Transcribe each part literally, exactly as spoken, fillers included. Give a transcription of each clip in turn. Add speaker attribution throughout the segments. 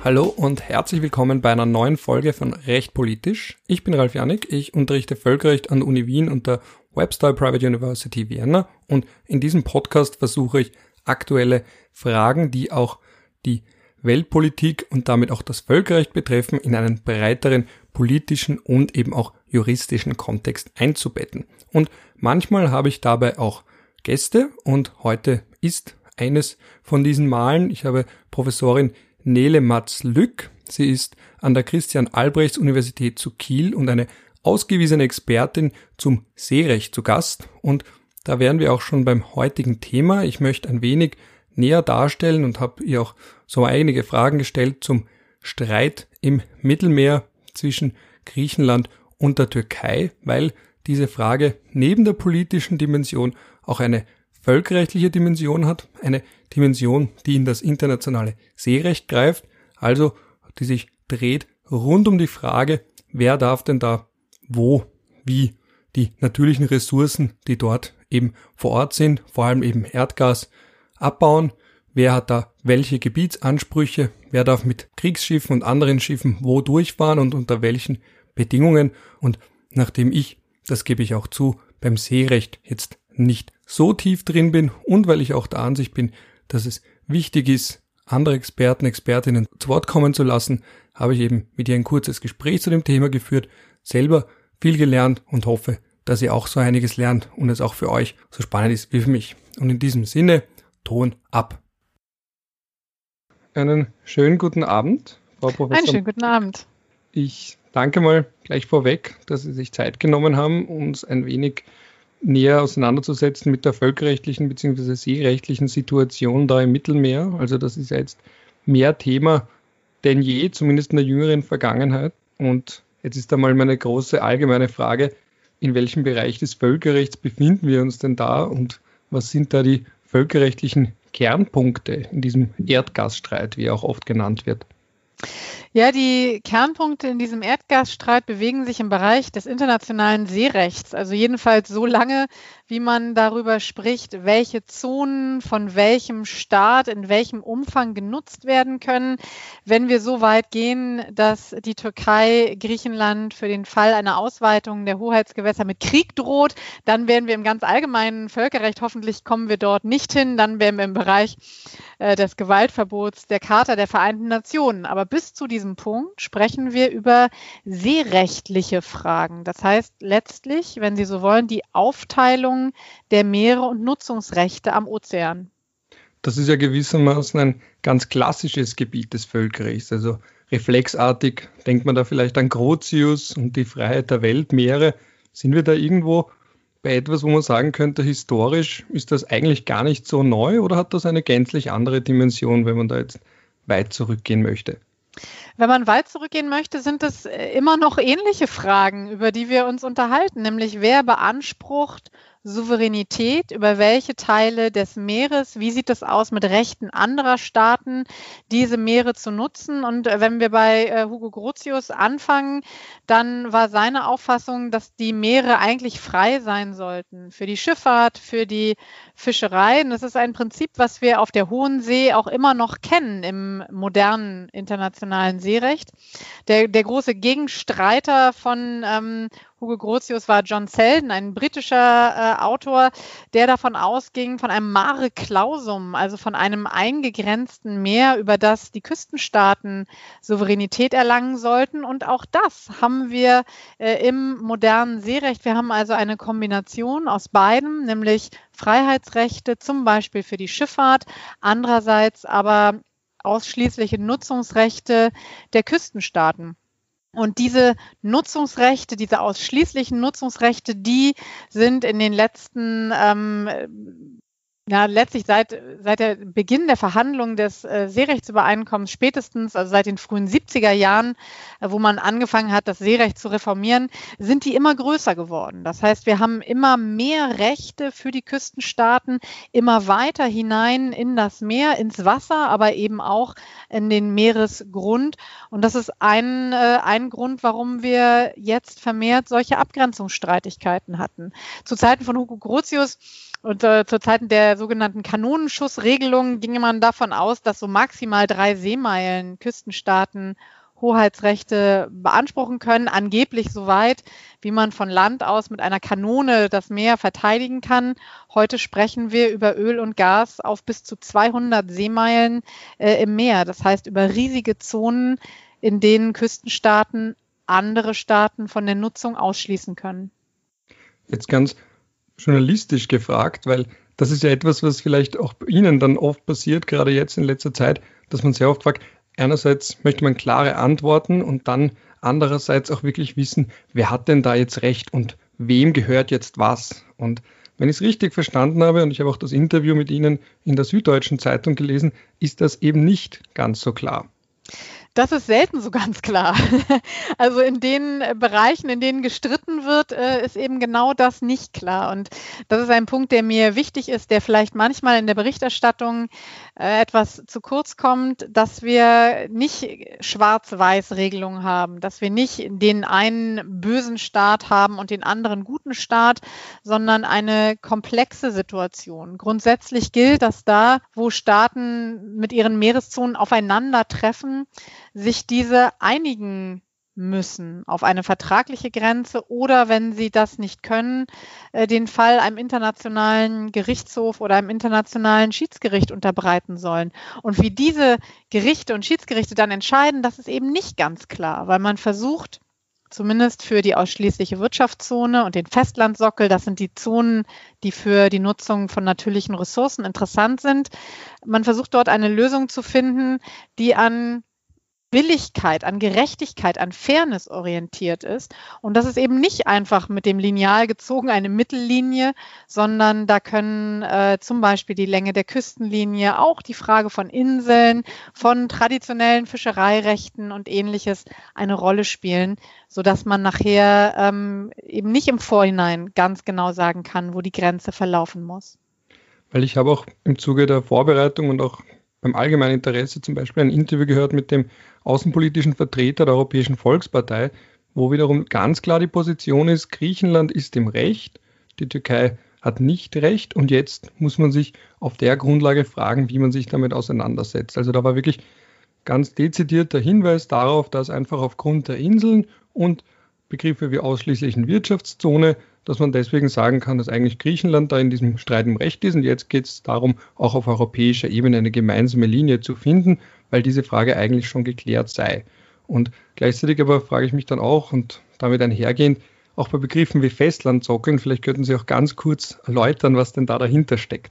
Speaker 1: Hallo und herzlich willkommen bei einer neuen Folge von Recht Politisch. Ich bin Ralf Janik, ich unterrichte Völkerrecht an der Uni Wien und der Webster Private University Vienna und in diesem Podcast versuche ich aktuelle Fragen, die auch die Weltpolitik und damit auch das Völkerrecht betreffen, in einen breiteren politischen und eben auch juristischen Kontext einzubetten. Und manchmal habe ich dabei auch Gäste und heute ist eines von diesen Malen. Ich habe Professorin Nele Matz-Lück. Sie ist an der Christian-Albrechts-Universität zu Kiel und eine ausgewiesene Expertin zum Seerecht zu Gast. Und da wären wir auch schon beim heutigen Thema. Ich möchte ein wenig näher darstellen und habe ihr auch so einige Fragen gestellt zum Streit im Mittelmeer zwischen Griechenland und der Türkei, weil diese Frage neben der politischen Dimension auch eine völkerrechtliche Dimension hat, eine Dimension, die in das internationale Seerecht greift, also die sich dreht rund um die Frage, wer darf denn da wo, wie die natürlichen Ressourcen, die dort eben vor Ort sind, vor allem eben Erdgas, abbauen, wer hat da welche Gebietsansprüche, wer darf mit Kriegsschiffen und anderen Schiffen wo durchfahren und unter welchen Bedingungen. Und nachdem ich, das gebe ich auch zu, beim Seerecht jetzt nicht so tief drin bin und weil ich auch der Ansicht bin, dass es wichtig ist, andere Experten, Expertinnen zu Wort kommen zu lassen, habe ich eben mit ihr ein kurzes Gespräch zu dem Thema geführt, selber viel gelernt und hoffe, dass ihr auch so einiges lernt und es auch für euch so spannend ist wie für mich. Und in diesem Sinne, Ton ab. Einen schönen guten Abend, Frau Professor.
Speaker 2: Einen schönen guten Abend.
Speaker 1: Ich danke mal gleich vorweg, dass Sie sich Zeit genommen haben, uns ein wenig näher auseinanderzusetzen mit der völkerrechtlichen bzw. seerechtlichen Situation da im Mittelmeer. Also das ist ja jetzt mehr Thema denn je, zumindest in der jüngeren Vergangenheit. Und jetzt ist da mal meine große allgemeine Frage, in welchem Bereich des Völkerrechts befinden wir uns denn da und was sind da die völkerrechtlichen Kernpunkte in diesem Erdgasstreit, wie er auch oft genannt wird?
Speaker 2: Ja, die Kernpunkte in diesem Erdgasstreit bewegen sich im Bereich des internationalen Seerechts. Also jedenfalls so lange, wie man darüber spricht, welche Zonen von welchem Staat in welchem Umfang genutzt werden können. Wenn wir so weit gehen, dass die Türkei Griechenland für den Fall einer Ausweitung der Hoheitsgewässer mit Krieg droht, dann wären wir im ganz allgemeinen Völkerrecht, hoffentlich kommen wir dort nicht hin, dann wären wir im Bereich äh, des Gewaltverbots der Charta der Vereinten Nationen. Aber bis zu diesem Punkt sprechen wir über seerechtliche Fragen. Das heißt letztlich, wenn Sie so wollen, die Aufteilung der Meere und Nutzungsrechte am Ozean.
Speaker 1: Das ist ja gewissermaßen ein ganz klassisches Gebiet des Völkerrechts. Also reflexartig denkt man da vielleicht an Grotius und die Freiheit der Weltmeere. Sind wir da irgendwo bei etwas, wo man sagen könnte, historisch ist das eigentlich gar nicht so neu oder hat das eine gänzlich andere Dimension, wenn man da jetzt weit zurückgehen möchte?
Speaker 2: Wenn man weit zurückgehen möchte, sind es immer noch ähnliche Fragen, über die wir uns unterhalten, nämlich wer beansprucht Souveränität über welche Teile des Meeres, wie sieht es aus mit Rechten anderer Staaten, diese Meere zu nutzen. Und wenn wir bei äh, Hugo Grotius anfangen, dann war seine Auffassung, dass die Meere eigentlich frei sein sollten für die Schifffahrt, für die Fischerei. Und das ist ein Prinzip, was wir auf der Hohen See auch immer noch kennen im modernen internationalen Seerecht. Der, der große Gegenstreiter von ähm, Hugo Grotius war John Selden, ein britischer äh, Autor, der davon ausging, von einem Mare Clausum, also von einem eingegrenzten Meer, über das die Küstenstaaten Souveränität erlangen sollten. Und auch das haben wir äh, im modernen Seerecht. Wir haben also eine Kombination aus beidem, nämlich Freiheitsrechte, zum Beispiel für die Schifffahrt, andererseits aber ausschließliche Nutzungsrechte der Küstenstaaten. Und diese Nutzungsrechte, diese ausschließlichen Nutzungsrechte, die sind in den letzten ähm, Ja, letztlich seit, seit der Beginn der Verhandlungen des äh, Seerechtsübereinkommens spätestens, also seit den frühen siebziger Jahren, äh, wo man angefangen hat, das Seerecht zu reformieren, sind die immer größer geworden. Das heißt, wir haben immer mehr Rechte für die Küstenstaaten, immer weiter hinein in das Meer, ins Wasser, aber eben auch in den Meeresgrund. Und das ist ein, äh, ein Grund, warum wir jetzt vermehrt solche Abgrenzungsstreitigkeiten hatten. Zu Zeiten von Hugo Grotius und äh, zu Zeiten der der sogenannten Kanonenschussregelung ginge man davon aus, dass so maximal drei Seemeilen Küstenstaaten Hoheitsrechte beanspruchen können, angeblich so weit, wie man von Land aus mit einer Kanone das Meer verteidigen kann. Heute sprechen wir über Öl und Gas auf bis zu zweihundert Seemeilen äh, im Meer. Das heißt über riesige Zonen, in denen Küstenstaaten andere Staaten von der Nutzung ausschließen können.
Speaker 1: Jetzt ganz journalistisch gefragt, weil das ist ja etwas, was vielleicht auch bei Ihnen dann oft passiert, gerade jetzt in letzter Zeit, dass man sehr oft fragt, einerseits möchte man klare Antworten und dann andererseits auch wirklich wissen, wer hat denn da jetzt recht und wem gehört jetzt was. Und wenn ich es richtig verstanden habe, und ich habe auch das Interview mit Ihnen in der Süddeutschen Zeitung gelesen, ist das eben nicht ganz so klar.
Speaker 2: Das ist selten so ganz klar. Also in den Bereichen, in denen gestritten wird, ist eben genau das nicht klar. Und das ist ein Punkt, der mir wichtig ist, der vielleicht manchmal in der Berichterstattung etwas zu kurz kommt, dass wir nicht Schwarz-Weiß-Regelungen haben, dass wir nicht den einen bösen Staat haben und den anderen guten Staat, sondern eine komplexe Situation. Grundsätzlich gilt, dass da, wo Staaten mit ihren Meereszonen aufeinandertreffen, sich diese einigen müssen auf eine vertragliche Grenze oder, wenn sie das nicht können, den Fall einem internationalen Gerichtshof oder einem internationalen Schiedsgericht unterbreiten sollen. Und wie diese Gerichte und Schiedsgerichte dann entscheiden, das ist eben nicht ganz klar, weil man versucht, zumindest für die ausschließliche Wirtschaftszone und den Festlandsockel, das sind die Zonen, die für die Nutzung von natürlichen Ressourcen interessant sind, man versucht dort eine Lösung zu finden, die an Billigkeit, an Gerechtigkeit, an Fairness orientiert ist. Und das ist eben nicht einfach mit dem Lineal gezogen eine Mittellinie, sondern da können äh, zum Beispiel die Länge der Küstenlinie, auch die Frage von Inseln, von traditionellen Fischereirechten und Ähnliches eine Rolle spielen, sodass man nachher ähm, eben nicht im Vorhinein ganz genau sagen kann, wo die Grenze verlaufen muss.
Speaker 1: Weil ich habe auch im Zuge der Vorbereitung und auch beim allgemeinen Interesse zum Beispiel ein Interview gehört mit dem außenpolitischen Vertreter der Europäischen Volkspartei, wo wiederum ganz klar die Position ist, Griechenland ist im Recht, die Türkei hat nicht recht und jetzt muss man sich auf der Grundlage fragen, wie man sich damit auseinandersetzt. Also da war wirklich ganz dezidiert der Hinweis darauf, dass einfach aufgrund der Inseln und Begriffe wie ausschließlichen Wirtschaftszone, dass man deswegen sagen kann, dass eigentlich Griechenland da in diesem Streit im Recht ist. Und jetzt geht es darum, auch auf europäischer Ebene eine gemeinsame Linie zu finden, weil diese Frage eigentlich schon geklärt sei. Und gleichzeitig aber frage ich mich dann auch, und damit einhergehend, auch bei Begriffen wie Festlandsockeln, vielleicht könnten Sie auch ganz kurz erläutern, was denn da dahinter steckt.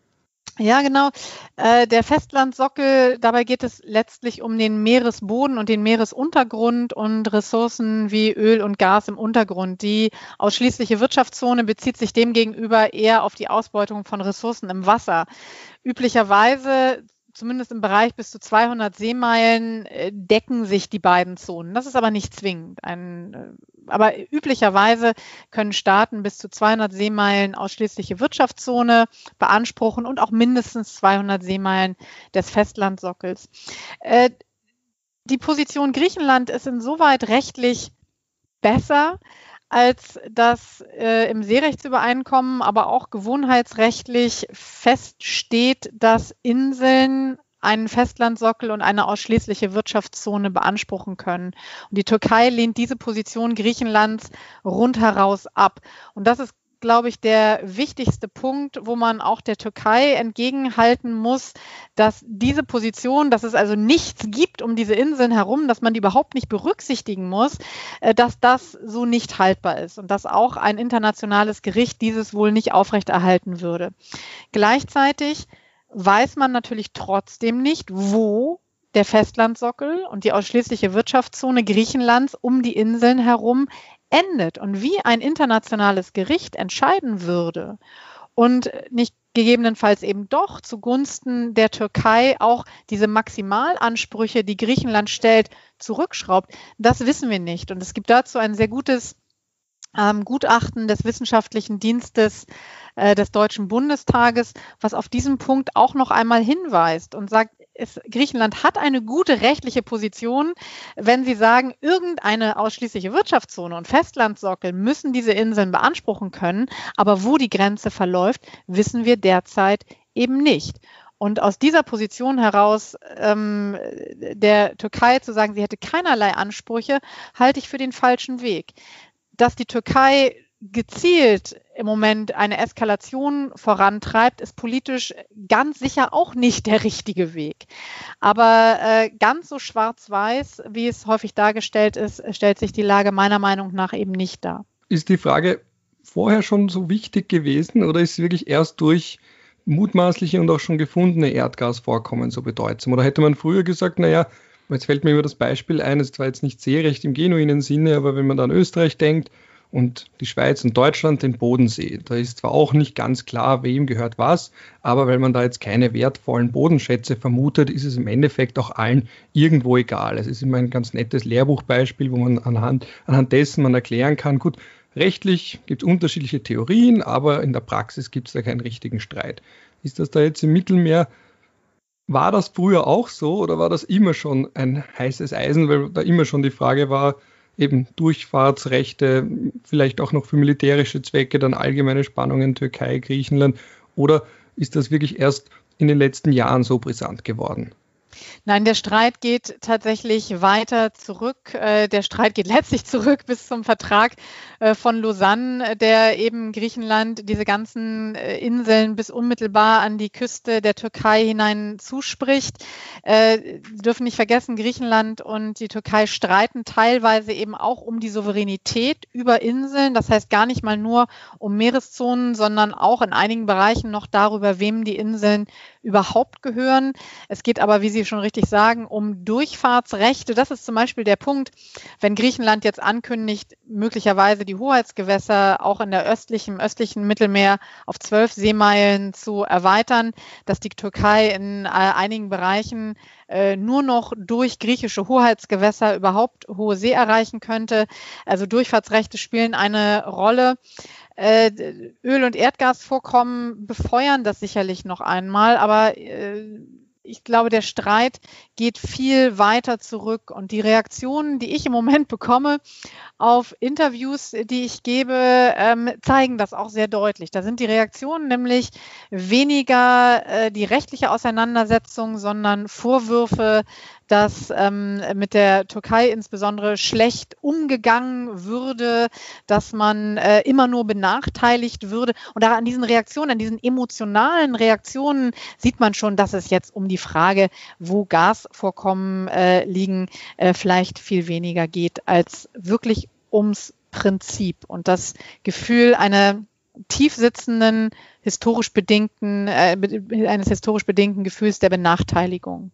Speaker 2: Ja, genau. Äh, der Festlandsockel, dabei geht es letztlich um den Meeresboden und den Meeresuntergrund und Ressourcen wie Öl und Gas im Untergrund. Die ausschließliche Wirtschaftszone bezieht sich demgegenüber eher auf die Ausbeutung von Ressourcen im Wasser. Üblicherweise, zumindest im Bereich bis zu zweihundert Seemeilen, decken sich die beiden Zonen. Das ist aber nicht zwingend. Ein, aber üblicherweise können Staaten bis zu zweihundert Seemeilen ausschließliche Wirtschaftszone beanspruchen und auch mindestens zweihundert Seemeilen des Festlandsockels. Äh, die Position Griechenland ist insoweit rechtlich besser, als dass äh, im Seerechtsübereinkommen, aber auch gewohnheitsrechtlich feststeht, dass Inseln einen Festlandsockel und eine ausschließliche Wirtschaftszone beanspruchen können. Und die Türkei lehnt diese Position Griechenlands rundheraus ab. Und das ist, glaube ich, der wichtigste Punkt, wo man auch der Türkei entgegenhalten muss, dass diese Position, dass es also nichts gibt um diese Inseln herum, dass man die überhaupt nicht berücksichtigen muss, dass das so nicht haltbar ist und dass auch ein internationales Gericht dieses wohl nicht aufrechterhalten würde. Gleichzeitig weiß man natürlich trotzdem nicht, wo der Festlandsockel und die ausschließliche Wirtschaftszone Griechenlands um die Inseln herum endet und wie ein internationales Gericht entscheiden würde und nicht gegebenenfalls eben doch zugunsten der Türkei auch diese Maximalansprüche, die Griechenland stellt, zurückschraubt, das wissen wir nicht. Und es gibt dazu ein sehr gutes ähm, Gutachten des Wissenschaftlichen Dienstes äh, des Deutschen Bundestages, was auf diesen Punkt auch noch einmal hinweist und sagt, ist, Griechenland hat eine gute rechtliche Position, wenn sie sagen, irgendeine ausschließliche Wirtschaftszone und Festlandsockel müssen diese Inseln beanspruchen können. Aber wo die Grenze verläuft, wissen wir derzeit eben nicht. Und aus dieser Position heraus ähm, der Türkei zu sagen, sie hätte keinerlei Ansprüche, halte ich für den falschen Weg. Dass die Türkei gezielt im Moment eine Eskalation vorantreibt, ist politisch ganz sicher auch nicht der richtige Weg. Aber äh, ganz so schwarz-weiß, wie es häufig dargestellt ist, stellt sich die Lage meiner Meinung nach eben nicht dar.
Speaker 1: Ist die Frage vorher schon so wichtig gewesen oder ist es wirklich erst durch mutmaßliche und auch schon gefundene Erdgasvorkommen so bedeutsam? Oder hätte man früher gesagt, naja, jetzt fällt mir immer das Beispiel ein, es war jetzt nicht Seerecht im genuinen Sinne, aber wenn man da an Österreich denkt und die Schweiz und Deutschland den Bodensee, da ist zwar auch nicht ganz klar, wem gehört was, aber weil man da jetzt keine wertvollen Bodenschätze vermutet, ist es im Endeffekt auch allen irgendwo egal. Es ist immer ein ganz nettes Lehrbuchbeispiel, wo man anhand, anhand dessen man erklären kann, gut, rechtlich gibt es unterschiedliche Theorien, aber in der Praxis gibt es da keinen richtigen Streit. Ist das da jetzt im Mittelmeer, war das früher auch so oder war das immer schon ein heißes Eisen, weil da immer schon die Frage war, eben Durchfahrtsrechte, vielleicht auch noch für militärische Zwecke, dann allgemeine Spannungen Türkei, Griechenland, oder ist das wirklich erst in den letzten Jahren so brisant geworden?
Speaker 2: Nein, der Streit geht tatsächlich weiter zurück. Der Streit geht letztlich zurück bis zum Vertrag von Lausanne, der eben Griechenland diese ganzen Inseln bis unmittelbar an die Küste der Türkei hinein zuspricht. Sie dürfen nicht vergessen, Griechenland und die Türkei streiten teilweise eben auch um die Souveränität über Inseln. Das heißt gar nicht mal nur um Meereszonen, sondern auch in einigen Bereichen noch darüber, wem die Inseln überhaupt gehören. Es geht aber, wie Sie schon richtig sagen, um Durchfahrtsrechte. Das ist zum Beispiel der Punkt, wenn Griechenland jetzt ankündigt, möglicherweise die Hoheitsgewässer auch in der östlichen, im östlichen Mittelmeer auf zwölf Seemeilen zu erweitern, dass die Türkei in äh, einigen Bereichen äh, nur noch durch griechische Hoheitsgewässer überhaupt hohe See erreichen könnte. Also Durchfahrtsrechte spielen eine Rolle. Öl- und Erdgasvorkommen befeuern das sicherlich noch einmal, aber ich glaube, der Streit geht viel weiter zurück und die Reaktionen, die ich im Moment bekomme auf Interviews, die ich gebe, ähm, zeigen das auch sehr deutlich. Da sind die Reaktionen nämlich weniger äh, die rechtliche Auseinandersetzung, sondern Vorwürfe, dass ähm, mit der Türkei insbesondere schlecht umgegangen würde, dass man äh, immer nur benachteiligt würde. Und da an diesen Reaktionen, an diesen emotionalen Reaktionen sieht man schon, dass es jetzt um die Frage, wo Gasvorkommen äh, liegen, äh, vielleicht viel weniger geht, als wirklich ums Prinzip und das Gefühl einer tief sitzenden, historisch bedingten, äh, eines historisch bedingten Gefühls der Benachteiligung.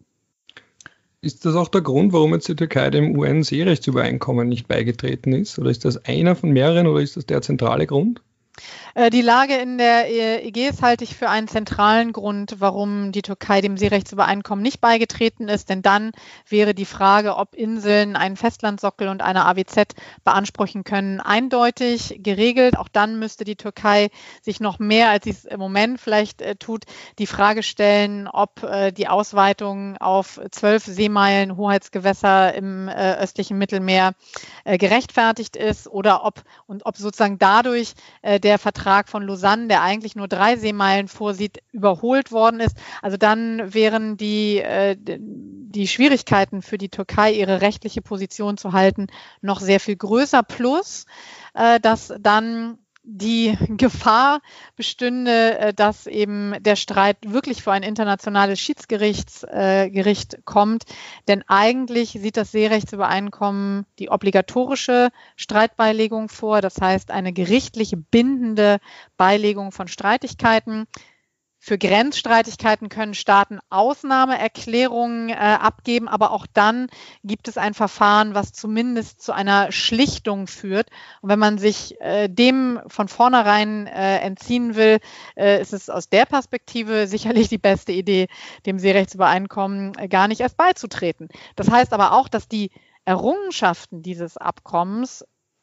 Speaker 1: Ist das auch der Grund, warum jetzt die Türkei dem U N-Seerechtsübereinkommen nicht beigetreten ist? Oder ist das einer von mehreren oder ist das der zentrale Grund?
Speaker 2: Die Lage in der Ägäis halte ich für einen zentralen Grund, warum die Türkei dem Seerechtsübereinkommen nicht beigetreten ist. Denn dann wäre die Frage, ob Inseln einen Festlandsockel und eine A W Z beanspruchen können, eindeutig geregelt. Auch dann müsste die Türkei sich noch mehr, als sie es im Moment vielleicht äh, tut, die Frage stellen, ob äh, die Ausweitung auf zwölf Seemeilen Hoheitsgewässer im äh, östlichen Mittelmeer äh, gerechtfertigt ist oder ob und ob sozusagen dadurch äh, der Vertrag von Lausanne, der eigentlich nur drei Seemeilen vorsieht, überholt worden ist. Also dann wären die, äh, die Schwierigkeiten für die Türkei, ihre rechtliche Position zu halten, noch sehr viel größer. Plus, äh, dass dann die Gefahr bestünde, dass eben der Streit wirklich vor ein internationales Schiedsgerichtsgericht äh, kommt. Denn eigentlich sieht das Seerechtsübereinkommen die obligatorische Streitbeilegung vor, das heißt eine gerichtlich bindende Beilegung von Streitigkeiten. Für Grenzstreitigkeiten können Staaten Ausnahmeerklärungen äh, abgeben, aber auch dann gibt es ein Verfahren, was zumindest zu einer Schlichtung führt. Und wenn man sich äh, dem von vornherein äh, entziehen will, äh, ist es aus der Perspektive sicherlich die beste Idee, dem Seerechtsübereinkommen äh, gar nicht erst beizutreten. Das heißt aber auch, dass die Errungenschaften dieses Abkommens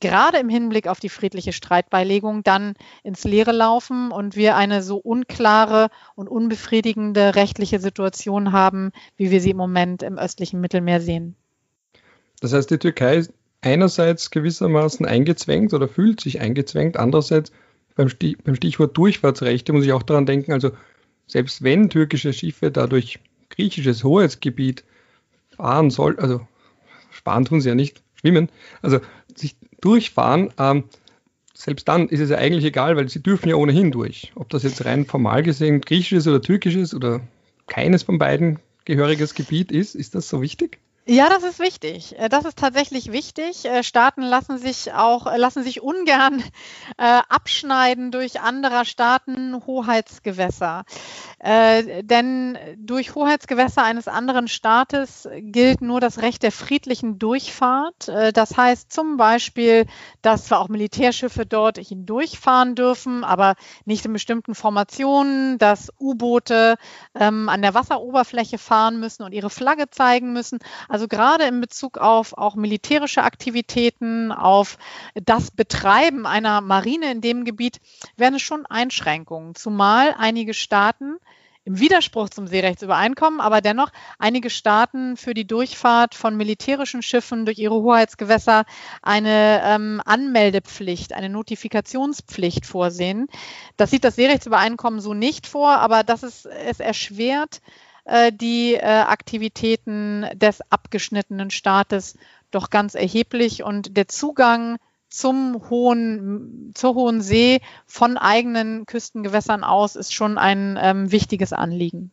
Speaker 2: gerade im Hinblick auf die friedliche Streitbeilegung dann ins Leere laufen und wir eine so unklare und unbefriedigende rechtliche Situation haben, wie wir sie im Moment im östlichen Mittelmeer sehen.
Speaker 1: Das heißt, die Türkei ist einerseits gewissermaßen eingezwängt oder fühlt sich eingezwängt, andererseits beim, Stich, beim Stichwort Durchfahrtsrechte muss ich auch daran denken, also selbst wenn türkische Schiffe dadurch griechisches Hoheitsgebiet fahren soll, also fahren tun sie ja nicht, schwimmen, also sich durchfahren, ähm, selbst dann ist es ja eigentlich egal, weil sie dürfen ja ohnehin durch. Ob das jetzt rein formal gesehen griechisches oder türkisches oder keines von beiden gehöriges Gebiet ist, ist das so wichtig?
Speaker 2: Ja, das ist wichtig. Das ist tatsächlich wichtig. Staaten lassen sich auch, lassen sich ungern äh, abschneiden durch anderer Staaten Hoheitsgewässer. Äh, denn durch Hoheitsgewässer eines anderen Staates gilt nur das Recht der friedlichen Durchfahrt. Äh, das heißt zum Beispiel, dass zwar auch Militärschiffe dort hindurchfahren dürfen, aber nicht in bestimmten Formationen, dass U-Boote ähm, an der Wasseroberfläche fahren müssen und ihre Flagge zeigen müssen. Also gerade in Bezug auf auch militärische Aktivitäten, auf das Betreiben einer Marine in dem Gebiet, werden es schon Einschränkungen, zumal einige Staaten im Widerspruch zum Seerechtsübereinkommen, aber dennoch einige Staaten für die Durchfahrt von militärischen Schiffen durch ihre Hoheitsgewässer eine ähm, Anmeldepflicht, eine Notifikationspflicht vorsehen. Das sieht das Seerechtsübereinkommen so nicht vor, aber das ist es erschwert, die äh, Aktivitäten des abgeschnittenen Staates doch ganz erheblich und der Zugang zum hohen, zur Hohen See von eigenen Küstengewässern aus ist schon ein ähm, wichtiges Anliegen.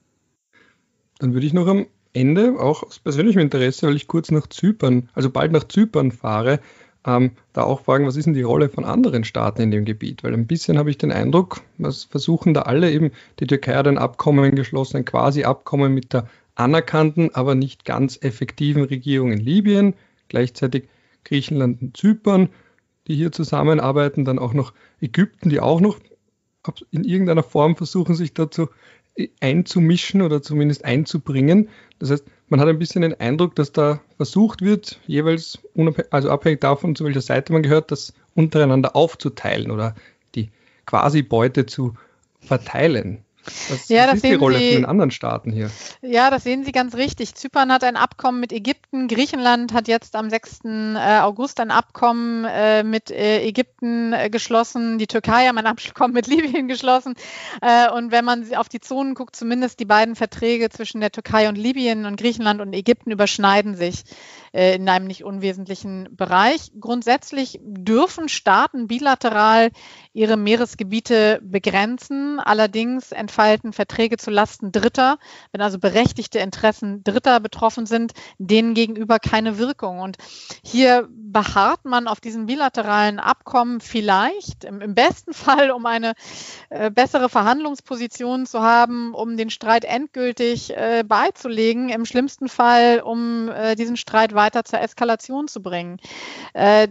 Speaker 1: Dann würde ich noch am Ende, auch aus persönlichem Interesse, weil ich kurz nach Zypern, also bald nach Zypern fahre, ähm, da auch fragen, was ist denn die Rolle von anderen Staaten in dem Gebiet? Weil ein bisschen habe ich den Eindruck, was versuchen da alle eben, die Türkei hat ein Abkommen geschlossen, ein Quasi-Abkommen mit der anerkannten, aber nicht ganz effektiven Regierung in Libyen, gleichzeitig Griechenland und Zypern, die hier zusammenarbeiten, dann auch noch Ägypten, die auch noch in irgendeiner Form versuchen, sich dazu einzumischen oder zumindest einzubringen. Das heißt, man hat ein bisschen den Eindruck, dass da versucht wird, jeweils unabhängig, also abhängig davon, zu welcher Seite man gehört, das untereinander aufzuteilen oder die quasi Beute zu verteilen. Was,
Speaker 2: ja,
Speaker 1: was
Speaker 2: das
Speaker 1: ist die
Speaker 2: sehen
Speaker 1: Rolle
Speaker 2: Sie,
Speaker 1: von den anderen Staaten hier?
Speaker 2: Ja, das sehen Sie ganz richtig. Zypern hat ein Abkommen mit Ägypten. Griechenland hat jetzt am sechsten August ein Abkommen äh, mit äh, Ägypten äh, geschlossen. Die Türkei hat ein Abkommen mit Libyen geschlossen. Äh, und wenn man auf die Zonen guckt, zumindest die beiden Verträge zwischen der Türkei und Libyen und Griechenland und Ägypten überschneiden sich äh, in einem nicht unwesentlichen Bereich. Grundsätzlich dürfen Staaten bilateral ihre Meeresgebiete begrenzen. Allerdings entfalten Verträge zu Lasten Dritter, wenn also berechtigte Interessen Dritter betroffen sind, denen gegenüber keine Wirkung. Und hier beharrt man auf diesen bilateralen Abkommen vielleicht, im, im besten Fall, um eine äh, bessere Verhandlungsposition zu haben, um den Streit endgültig äh, beizulegen, im schlimmsten Fall, um äh, diesen Streit weiter zur Eskalation zu bringen. Äh,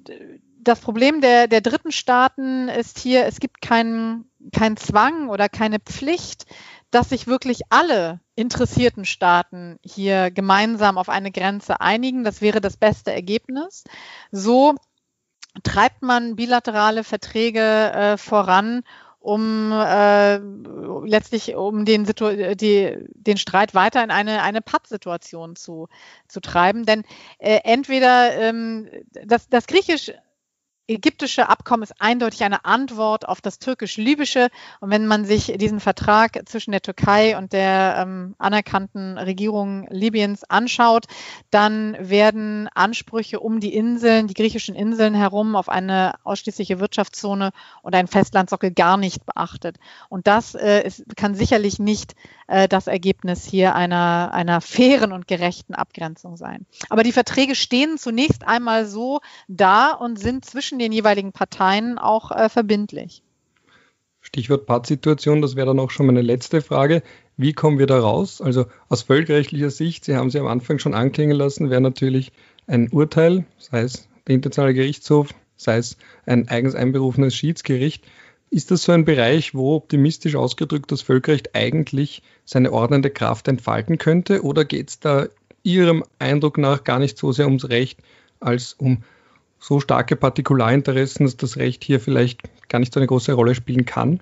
Speaker 2: Das Problem der, der dritten Staaten ist hier, es gibt keinen kein Zwang oder keine Pflicht, dass sich wirklich alle interessierten Staaten hier gemeinsam auf eine Grenze einigen. Das wäre das beste Ergebnis. So treibt man bilaterale Verträge äh, voran, um äh, letztlich um den, Situ- die, den Streit weiter in eine, eine Pattsituation zu, zu treiben. Denn äh, entweder ähm, das, das griechisch ägyptische Abkommen ist eindeutig eine Antwort auf das türkisch-libysche. Und wenn man sich diesen Vertrag zwischen der Türkei und der ähm, anerkannten Regierung Libyens anschaut, dann werden Ansprüche um die Inseln, die griechischen Inseln herum auf eine ausschließliche Wirtschaftszone und einen Festlandsockel gar nicht beachtet. Und das äh, ist, kann sicherlich nicht äh, das Ergebnis hier einer, einer fairen und gerechten Abgrenzung sein. Aber die Verträge stehen zunächst einmal so da und sind zwischen den jeweiligen Parteien auch äh, verbindlich.
Speaker 1: Stichwort Pattsituation, das wäre dann auch schon meine letzte Frage. Wie kommen wir da raus? Also aus völkerrechtlicher Sicht, Sie haben sie am Anfang schon anklingen lassen, wäre natürlich ein Urteil, sei es der Internationale Gerichtshof, sei es ein eigens einberufenes Schiedsgericht. Ist das so ein Bereich, wo optimistisch ausgedrückt das Völkerrecht eigentlich seine ordnende Kraft entfalten könnte? Oder geht es da Ihrem Eindruck nach gar nicht so sehr ums Recht als um so starke Partikularinteressen, dass das Recht hier vielleicht gar nicht so eine große Rolle spielen kann?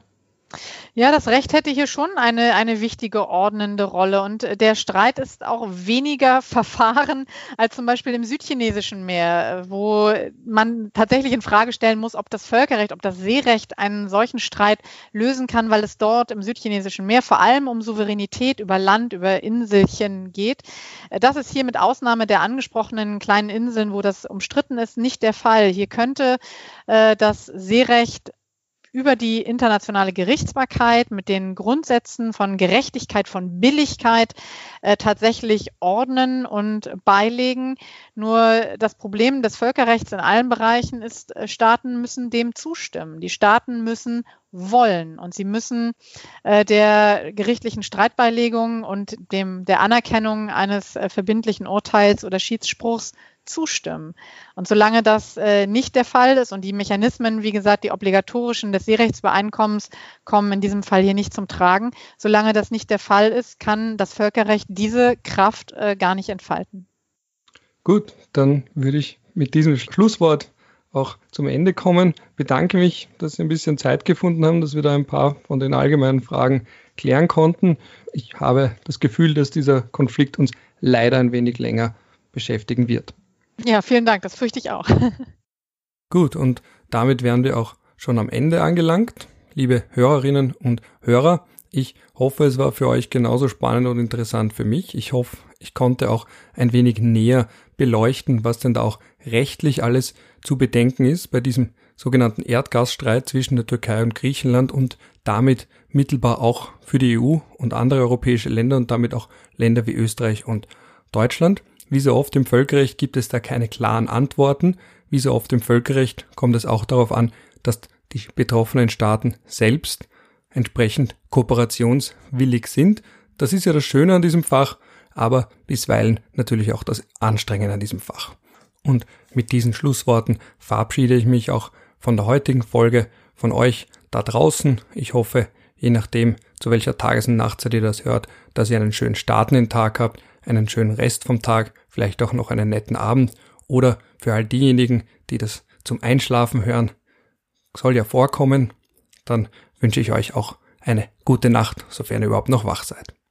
Speaker 2: Ja, das Recht hätte hier schon eine, eine wichtige ordnende Rolle. Und der Streit ist auch weniger Verfahren als zum Beispiel im südchinesischen Meer, wo man tatsächlich in Frage stellen muss, ob das Völkerrecht, ob das Seerecht einen solchen Streit lösen kann, weil es dort im südchinesischen Meer vor allem um Souveränität über Land, über Inselchen geht. Das ist hier mit Ausnahme der angesprochenen kleinen Inseln, wo das umstritten ist, nicht der Fall. Hier könnte äh, das Seerecht über die internationale Gerichtsbarkeit mit den Grundsätzen von Gerechtigkeit, von Billigkeit äh, tatsächlich ordnen und beilegen. Nur das Problem des Völkerrechts in allen Bereichen ist, äh, Staaten müssen dem zustimmen. Die Staaten müssen wollen und sie müssen äh, der gerichtlichen Streitbeilegung und dem der Anerkennung eines äh, verbindlichen Urteils oder Schiedsspruchs zustimmen. Und solange das äh, nicht der Fall ist und die Mechanismen, wie gesagt, die obligatorischen des Seerechtsübereinkommens kommen in diesem Fall hier nicht zum Tragen, solange das nicht der Fall ist, kann das Völkerrecht diese Kraft äh, gar nicht entfalten.
Speaker 1: Gut, dann würde ich mit diesem Schlusswort auch zum Ende kommen. Bedanke mich, dass Sie ein bisschen Zeit gefunden haben, dass wir da ein paar von den allgemeinen Fragen klären konnten. Ich habe das Gefühl, dass dieser Konflikt uns leider ein wenig länger beschäftigen wird.
Speaker 2: Ja, vielen Dank, das fürchte ich auch.
Speaker 1: Gut, und damit wären wir auch schon am Ende angelangt. Liebe Hörerinnen und Hörer, ich hoffe, es war für euch genauso spannend und interessant für mich. Ich hoffe, ich konnte auch ein wenig näher beleuchten, was denn da auch rechtlich alles zu bedenken ist bei diesem sogenannten Erdgasstreit zwischen der Türkei und Griechenland und damit mittelbar auch für die E U und andere europäische Länder und damit auch Länder wie Österreich und Deutschland. Wie so oft im Völkerrecht gibt es da keine klaren Antworten. Wie so oft im Völkerrecht kommt es auch darauf an, dass die betroffenen Staaten selbst entsprechend kooperationswillig sind. Das ist ja das Schöne an diesem Fach, aber bisweilen natürlich auch das Anstrengende an diesem Fach. Und mit diesen Schlussworten verabschiede ich mich auch von der heutigen Folge von euch da draußen. Ich hoffe, je nachdem, zu welcher Tages- und Nachtzeit ihr das hört, dass ihr einen schönen Start in den Tag habt, einen schönen Rest vom Tag, vielleicht auch noch einen netten Abend oder für all diejenigen, die das zum Einschlafen hören, soll ja vorkommen, dann wünsche ich euch auch eine gute Nacht, sofern ihr überhaupt noch wach seid.